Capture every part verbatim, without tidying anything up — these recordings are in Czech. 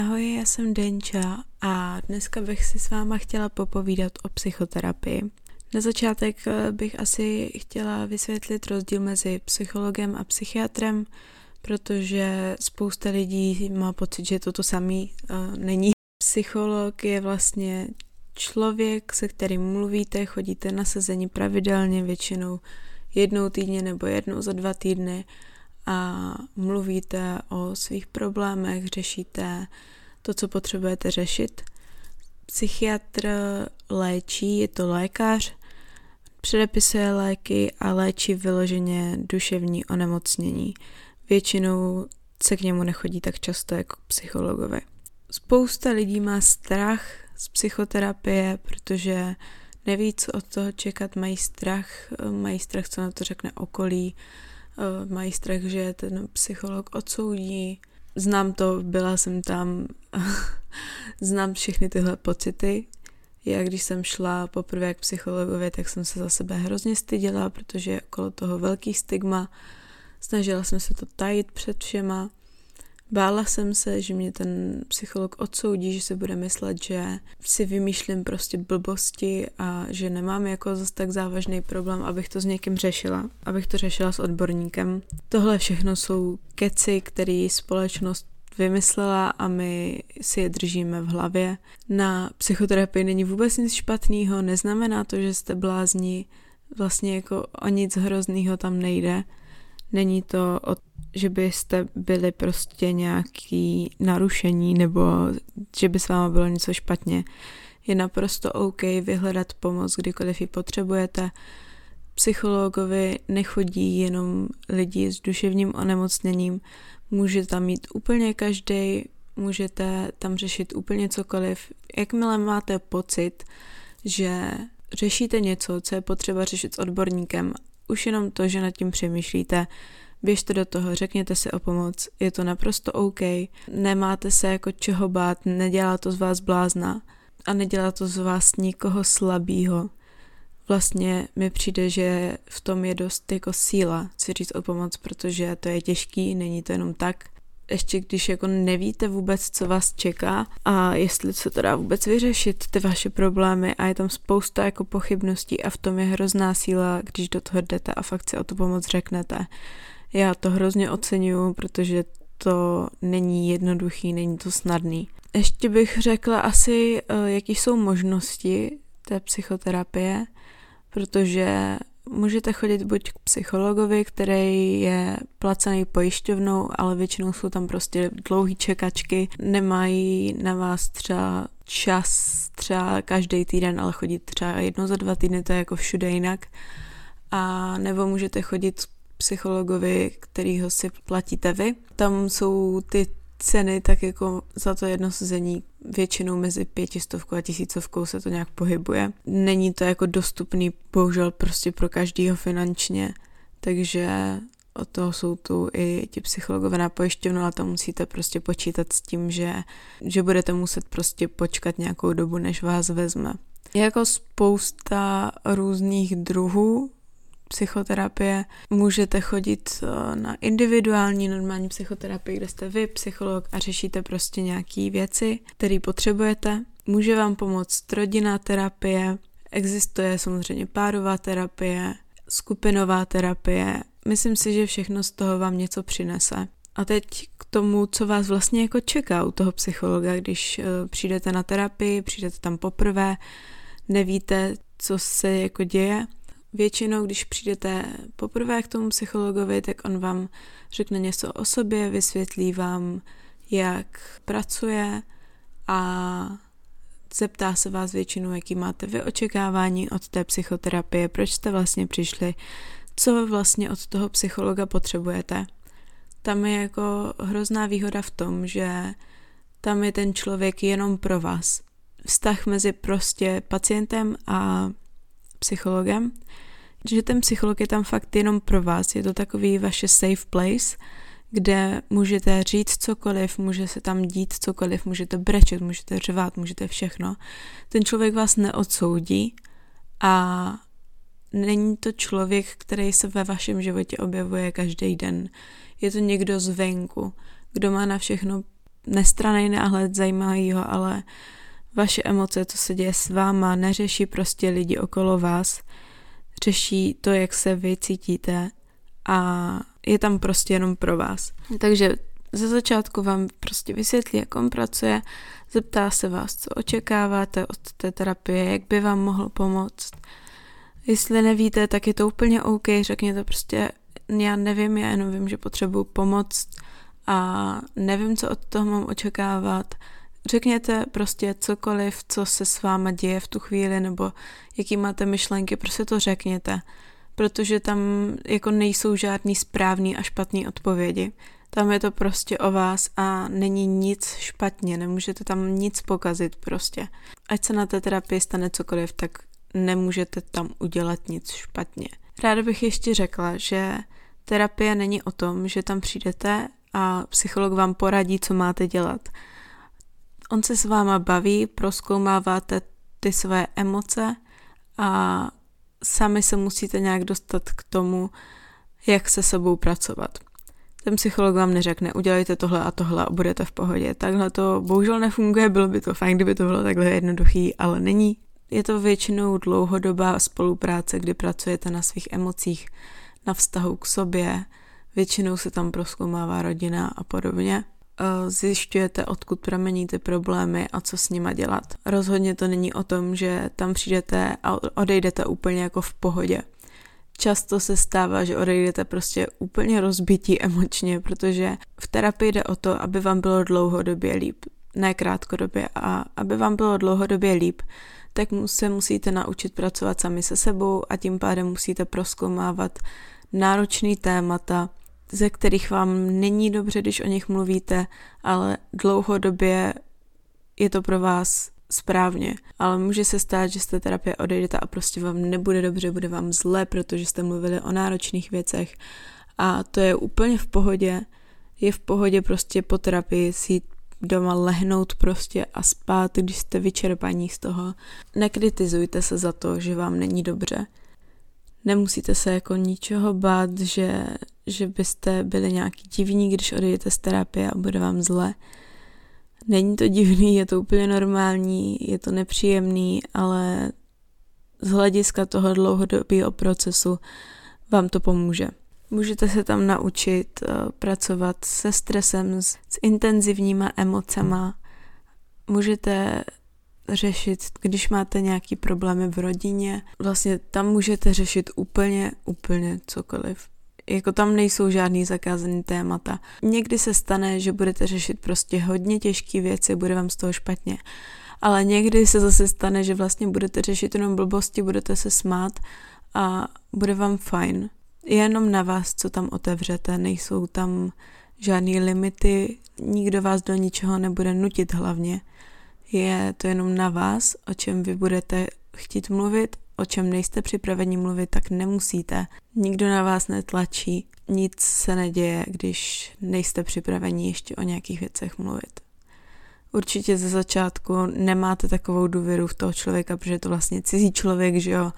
Ahoj, já jsem Denča a dneska bych si s váma chtěla popovídat o psychoterapii. Na začátek bych asi chtěla vysvětlit rozdíl mezi psychologem a psychiatrem, protože spousta lidí má pocit, že to to samý uh, není. Psycholog je vlastně člověk, se kterým mluvíte, chodíte na sezení pravidelně, většinou jednou týdně nebo jednou za dva týdny a mluvíte o svých problémech, řešíte to, co potřebujete řešit. Psychiatr léčí, je to lékař, předepisuje léky a léčí vyloženě duševní onemocnění. Většinou se k němu nechodí tak často jako k psychologovi. Spousta lidí má strach z psychoterapie, protože neví, co od toho čekat, mají strach, mají strach, co na to řekne okolí, mají strach, že ten psycholog odsoudí. Znám to, byla jsem tam, znám všechny tyhle pocity. Já když jsem šla poprvé k psychologovi, tak jsem se za sebe hrozně styděla, protože je okolo toho velký stigma. Snažila jsem se to tajit před všema. Bála jsem se, že mě ten psycholog odsoudí, že si bude myslet, že si vymýšlím prostě blbosti a že nemám jako zase tak závažný problém, abych to s někým řešila, abych to řešila s odborníkem. Tohle všechno jsou keci, které společnost vymyslela a my si je držíme v hlavě. Na psychoterapii není vůbec nic špatného, neznamená to, že jste blázni, vlastně jako o nic hroznýho tam nejde. Není to o že byste byli prostě nějaký narušení nebo že by s váma bylo něco špatně. Je naprosto OK vyhledat pomoc, kdykoliv ji potřebujete. Psychologovi nechodí jenom lidi s duševním onemocněním. Může tam mít úplně každý, můžete tam řešit úplně cokoliv. Jakmile máte pocit, že řešíte něco, co je potřeba řešit s odborníkem, už jenom to, že nad tím přemýšlíte, běžte do toho, řekněte si o pomoc, je to naprosto OK, nemáte se jako čeho bát, nedělá to z vás blázna a nedělá to z vás nikoho slabýho. Vlastně mi přijde, že v tom je dost jako síla si říct o pomoc, protože to je těžký, není to jenom tak. Ještě když jako nevíte vůbec, co vás čeká a jestli se to dá vůbec vyřešit, ty vaše problémy a je tam spousta jako pochybností a v tom je hrozná síla, když do toho jdete a fakt si o tu pomoc řeknete. Já to hrozně oceňuju, protože to není jednoduchý, není to snadný. Ještě bych řekla asi, jaký jsou možnosti té psychoterapie, protože můžete chodit buď k psychologovi, který je placený pojišťovnou, ale většinou jsou tam prostě dlouhý čekačky, nemají na vás třeba čas třeba každý týden, ale chodí třeba jednou za dva týdny, to je jako všude jinak. A nebo můžete chodit psychologovi, kterýho si platíte vy. Tam jsou ty ceny tak jako za to jedno sezení většinou mezi pětistovkou a tisícovkou se to nějak pohybuje. Není to jako dostupný bohužel prostě pro každýho finančně, takže od toho jsou tu i ti psychologové na pojišťovnu, ale tam musíte prostě počítat s tím, že, že budete muset prostě počkat nějakou dobu, než vás vezme. Je jako spousta různých druhů psychoterapie. Můžete chodit na individuální normální psychoterapii, kde jste vy, psycholog a řešíte prostě nějaké věci, které potřebujete. Může vám pomoct rodinná terapie, existuje samozřejmě párová terapie, skupinová terapie. Myslím si, že všechno z toho vám něco přinese. A teď k tomu, co vás vlastně jako čeká u toho psychologa, když přijdete na terapii, přijdete tam poprvé, nevíte, co se jako děje. Většinou, když přijdete poprvé k tomu psychologovi, tak on vám řekne něco o sobě, vysvětlí vám, jak pracuje a zeptá se vás většinou, jaký máte vy očekávání od té psychoterapie, proč jste vlastně přišli, co vlastně od toho psychologa potřebujete. Tam je jako hrozná výhoda v tom, že tam je ten člověk jenom pro vás. Vztah mezi prostě pacientem a psychologem, že ten psycholog je tam fakt jenom pro vás, je to takový vaše safe place, kde můžete říct cokoliv, může se tam dít cokoliv, můžete brečet, můžete řvát, můžete všechno. Ten člověk vás neodsoudí a není to člověk, který se ve vašem životě objevuje každý den. Je to někdo zvenku, kdo má na všechno nestranný náhled, zajímavý ho, ale vaše emoce, co se děje s váma, neřeší prostě lidi okolo vás, řeší to, jak se vy cítíte a je tam prostě jenom pro vás. Takže ze začátku vám prostě vysvětlí, jak on pracuje, zeptá se vás, co očekáváte od té terapie, jak by vám mohl pomoct. Jestli nevíte, tak je to úplně OK, řekněte prostě, já nevím, já jenom vím, že potřebuji pomoct a nevím, co od toho mám očekávat. Řekněte prostě cokoliv, co se s váma děje v tu chvíli, nebo jaký máte myšlenky, prostě to řekněte, protože tam jako nejsou žádný správný a špatný odpovědi. Tam je to prostě o vás a není nic špatně, nemůžete tam nic pokazit prostě. Ať se na té terapii stane cokoliv, tak nemůžete tam udělat nic špatně. Ráda bych ještě řekla, že terapie není o tom, že tam přijdete a psycholog vám poradí, co máte dělat. On se s váma baví, prozkoumáváte ty své emoce a sami se musíte nějak dostat k tomu, jak se sebou pracovat. Ten psycholog vám neřekne, udělejte tohle a tohle a budete v pohodě. Takhle to bohužel nefunguje, bylo by to fajn, kdyby to bylo takhle jednoduchý, ale není. Je to většinou dlouhodobá spolupráce, kdy pracujete na svých emocích, na vztahu k sobě, většinou se tam prozkoumává rodina a podobně. Zjišťujete, odkud pramení ty problémy a co s nima dělat. Rozhodně to není o tom, že tam přijdete a odejdete úplně jako v pohodě. Často se stává, že odejdete prostě úplně rozbití emočně, protože v terapii jde o to, aby vám bylo dlouhodobě líp, ne krátkodobě. A aby vám bylo dlouhodobě líp, tak se musíte naučit pracovat sami se sebou a tím pádem musíte prozkoumávat náročný témata, ze kterých vám není dobře, když o nich mluvíte, ale dlouhodobě je to pro vás správně. Ale může se stát, že z té terapie odejdete a prostě vám nebude dobře, bude vám zle, protože jste mluvili o náročných věcech a to je úplně v pohodě. Je v pohodě prostě po terapii si jít doma lehnout prostě a spát, když jste vyčerpaní z toho. Nekritizujte se za to, že vám není dobře. Nemusíte se jako ničeho bát, že, že byste byli nějaký divní, když odejdete z terapie a bude vám zle. Není to divný, je to úplně normální, je to nepříjemný, ale z hlediska toho dlouhodobého procesu vám to pomůže. Můžete se tam naučit uh, pracovat se stresem, s, s intenzivníma emocema. Můžete řešit, když máte nějaký problémy v rodině. Vlastně tam můžete řešit úplně, úplně cokoliv. Jako tam nejsou žádný zakázaný témata. Někdy se stane, že budete řešit prostě hodně těžké věci, bude vám z toho špatně. Ale někdy se zase stane, že vlastně budete řešit jenom blbosti, budete se smát a bude vám fajn. Je jenom na vás, co tam otevřete, nejsou tam žádný limity, nikdo vás do ničeho nebude nutit hlavně. Je to jenom na vás, o čem vy budete chtít mluvit, o čem nejste připraveni mluvit, tak nemusíte. Nikdo na vás netlačí, nic se neděje, když nejste připraveni ještě o nějakých věcech mluvit. Určitě ze začátku nemáte takovou důvěru v toho člověka, protože je to vlastně cizí člověk, že jo,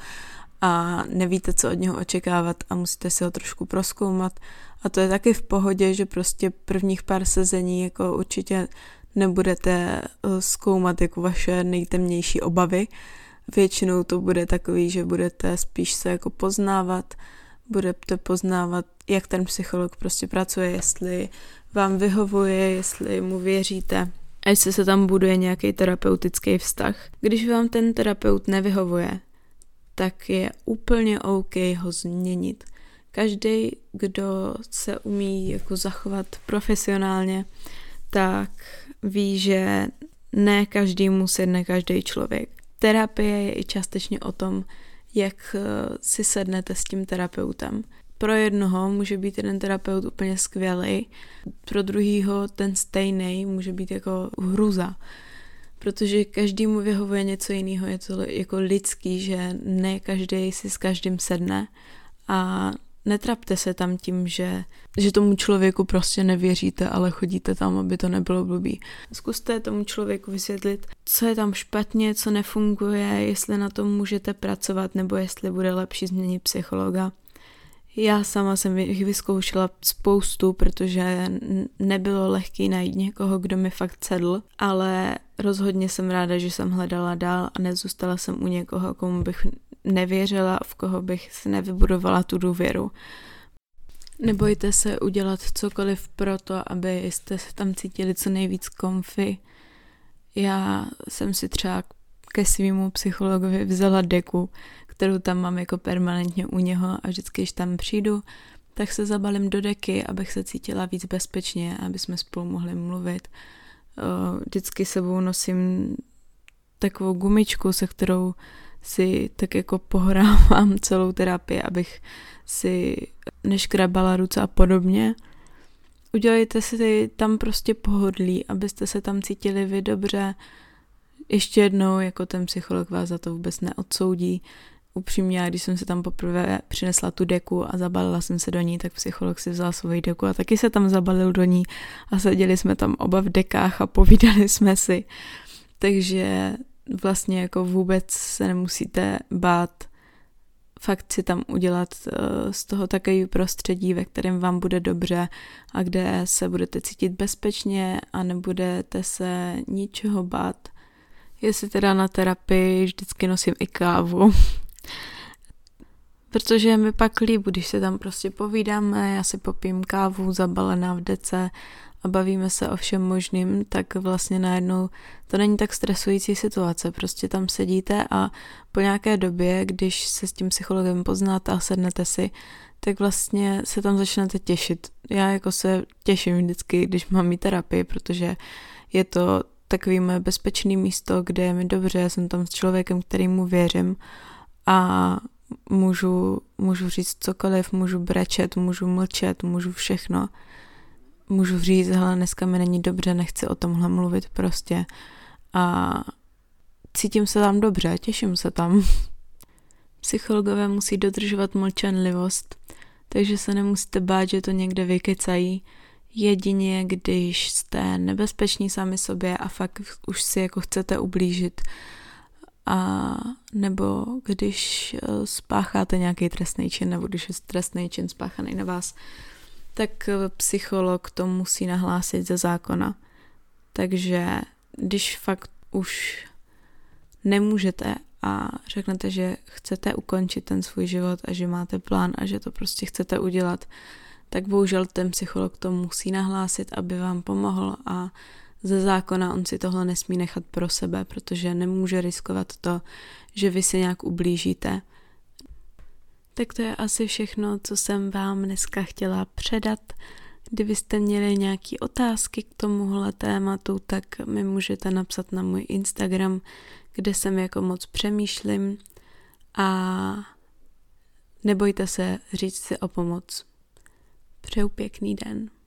a nevíte, co od něho očekávat a musíte si ho trošku prozkoumat. A to je taky v pohodě, že prostě prvních pár sezení jako určitě nebudete zkoumat jako vaše nejtemnější obavy. Většinou to bude takový, že budete spíš se jako poznávat, budete poznávat, jak ten psycholog prostě pracuje, jestli vám vyhovuje, jestli mu věříte a jestli se tam buduje nějaký terapeutický vztah. Když vám ten terapeut nevyhovuje, tak je úplně OK ho změnit. Každý, kdo se umí jako zachovat profesionálně, tak ví, že ne každému sedne každý člověk. Terapie je i částečně o tom, jak si sednete s tím terapeutem. Pro jednoho může být jeden terapeut úplně skvělý, pro druhýho ten stejný může být jako hruza. Protože každému vyhovuje něco jiného, je to jako lidský, že ne každý si s každým sedne a netrapte se tam tím, že, že tomu člověku prostě nevěříte, ale chodíte tam, aby to nebylo blbý. Zkuste tomu člověku vysvětlit, co je tam špatně, co nefunguje, jestli na tom můžete pracovat, nebo jestli bude lepší změnit psychologa. Já sama jsem jich vyzkoušela spoustu, protože nebylo lehké najít někoho, kdo mi fakt sedl, ale rozhodně jsem ráda, že jsem hledala dál a nezůstala jsem u někoho, komu bych nevěřila, v koho bych si nevybudovala tu důvěru. Nebojte se udělat cokoliv pro to, abyste se tam cítili co nejvíc comfy. Já jsem si třeba ke svýmu psychologovi vzala deku, kterou tam mám jako permanentně u něho a vždycky, když tam přijdu, tak se zabalím do deky, abych se cítila víc bezpečně, aby jsme spolu mohli mluvit. Vždycky sebou nosím takovou gumičku, se kterou si tak jako pohrávám celou terapii, abych si neškrabala ruce a podobně. Udělejte si tam prostě pohodlí, abyste se tam cítili vy dobře. Ještě jednou, jako ten psycholog vás za to vůbec neodsoudí. Upřímně, já když jsem se tam poprvé přinesla tu deku a zabalila jsem se do ní, tak psycholog si vzal svoji deku a taky se tam zabalil do ní a seděli jsme tam oba v dekách a povídali jsme si. Takže vlastně jako vůbec se nemusíte bát fakt si tam udělat z toho takový prostředí, ve kterém vám bude dobře a kde se budete cítit bezpečně a nebudete se ničeho bát. Jestli teda na terapii vždycky nosím i kávu, protože mi pak líbí, když se tam prostě povídáme, já si popím kávu zabalená v dece a bavíme se o všem možným, tak vlastně najednou to není tak stresující situace, prostě tam sedíte a po nějaké době, když se s tím psychologem poznáte a sednete si, tak vlastně se tam začnete těšit. Já jako se těším vždycky, když mám mít terapii, protože je to takový moje bezpečné místo, kde je mi dobře, jsem tam s člověkem, kterýmu věřím a můžu, můžu říct cokoliv, můžu brečet, můžu mlčet, můžu všechno. Můžu říct, hele, dneska mi není dobře, nechci o tomhle mluvit prostě a cítím se tam dobře, těším se tam. Psychologové musí dodržovat mlčenlivost, takže se nemusíte bát, že to někde vykecají. Jedině, když jste nebezpeční sami sobě a fakt už si jako chcete ublížit a nebo když spácháte nějaký trestný čin nebo když je trestný čin spáchaný na vás, tak psycholog to musí nahlásit ze zákona. Takže když fakt už nemůžete a řeknete, že chcete ukončit ten svůj život a že máte plán a že to prostě chcete udělat, tak bohužel ten psycholog to musí nahlásit, aby vám pomohl a ze zákona on si tohle nesmí nechat pro sebe, protože nemůže riskovat to, že vy si nějak ublížíte. Tak to je asi všechno, co jsem vám dneska chtěla předat. Kdybyste měli nějaké otázky k tomuhle tématu, tak mi můžete napsat na můj Instagram, kde jsem jako moc přemýšlím a nebojte se říct si o pomoc. Přeju pěkný den.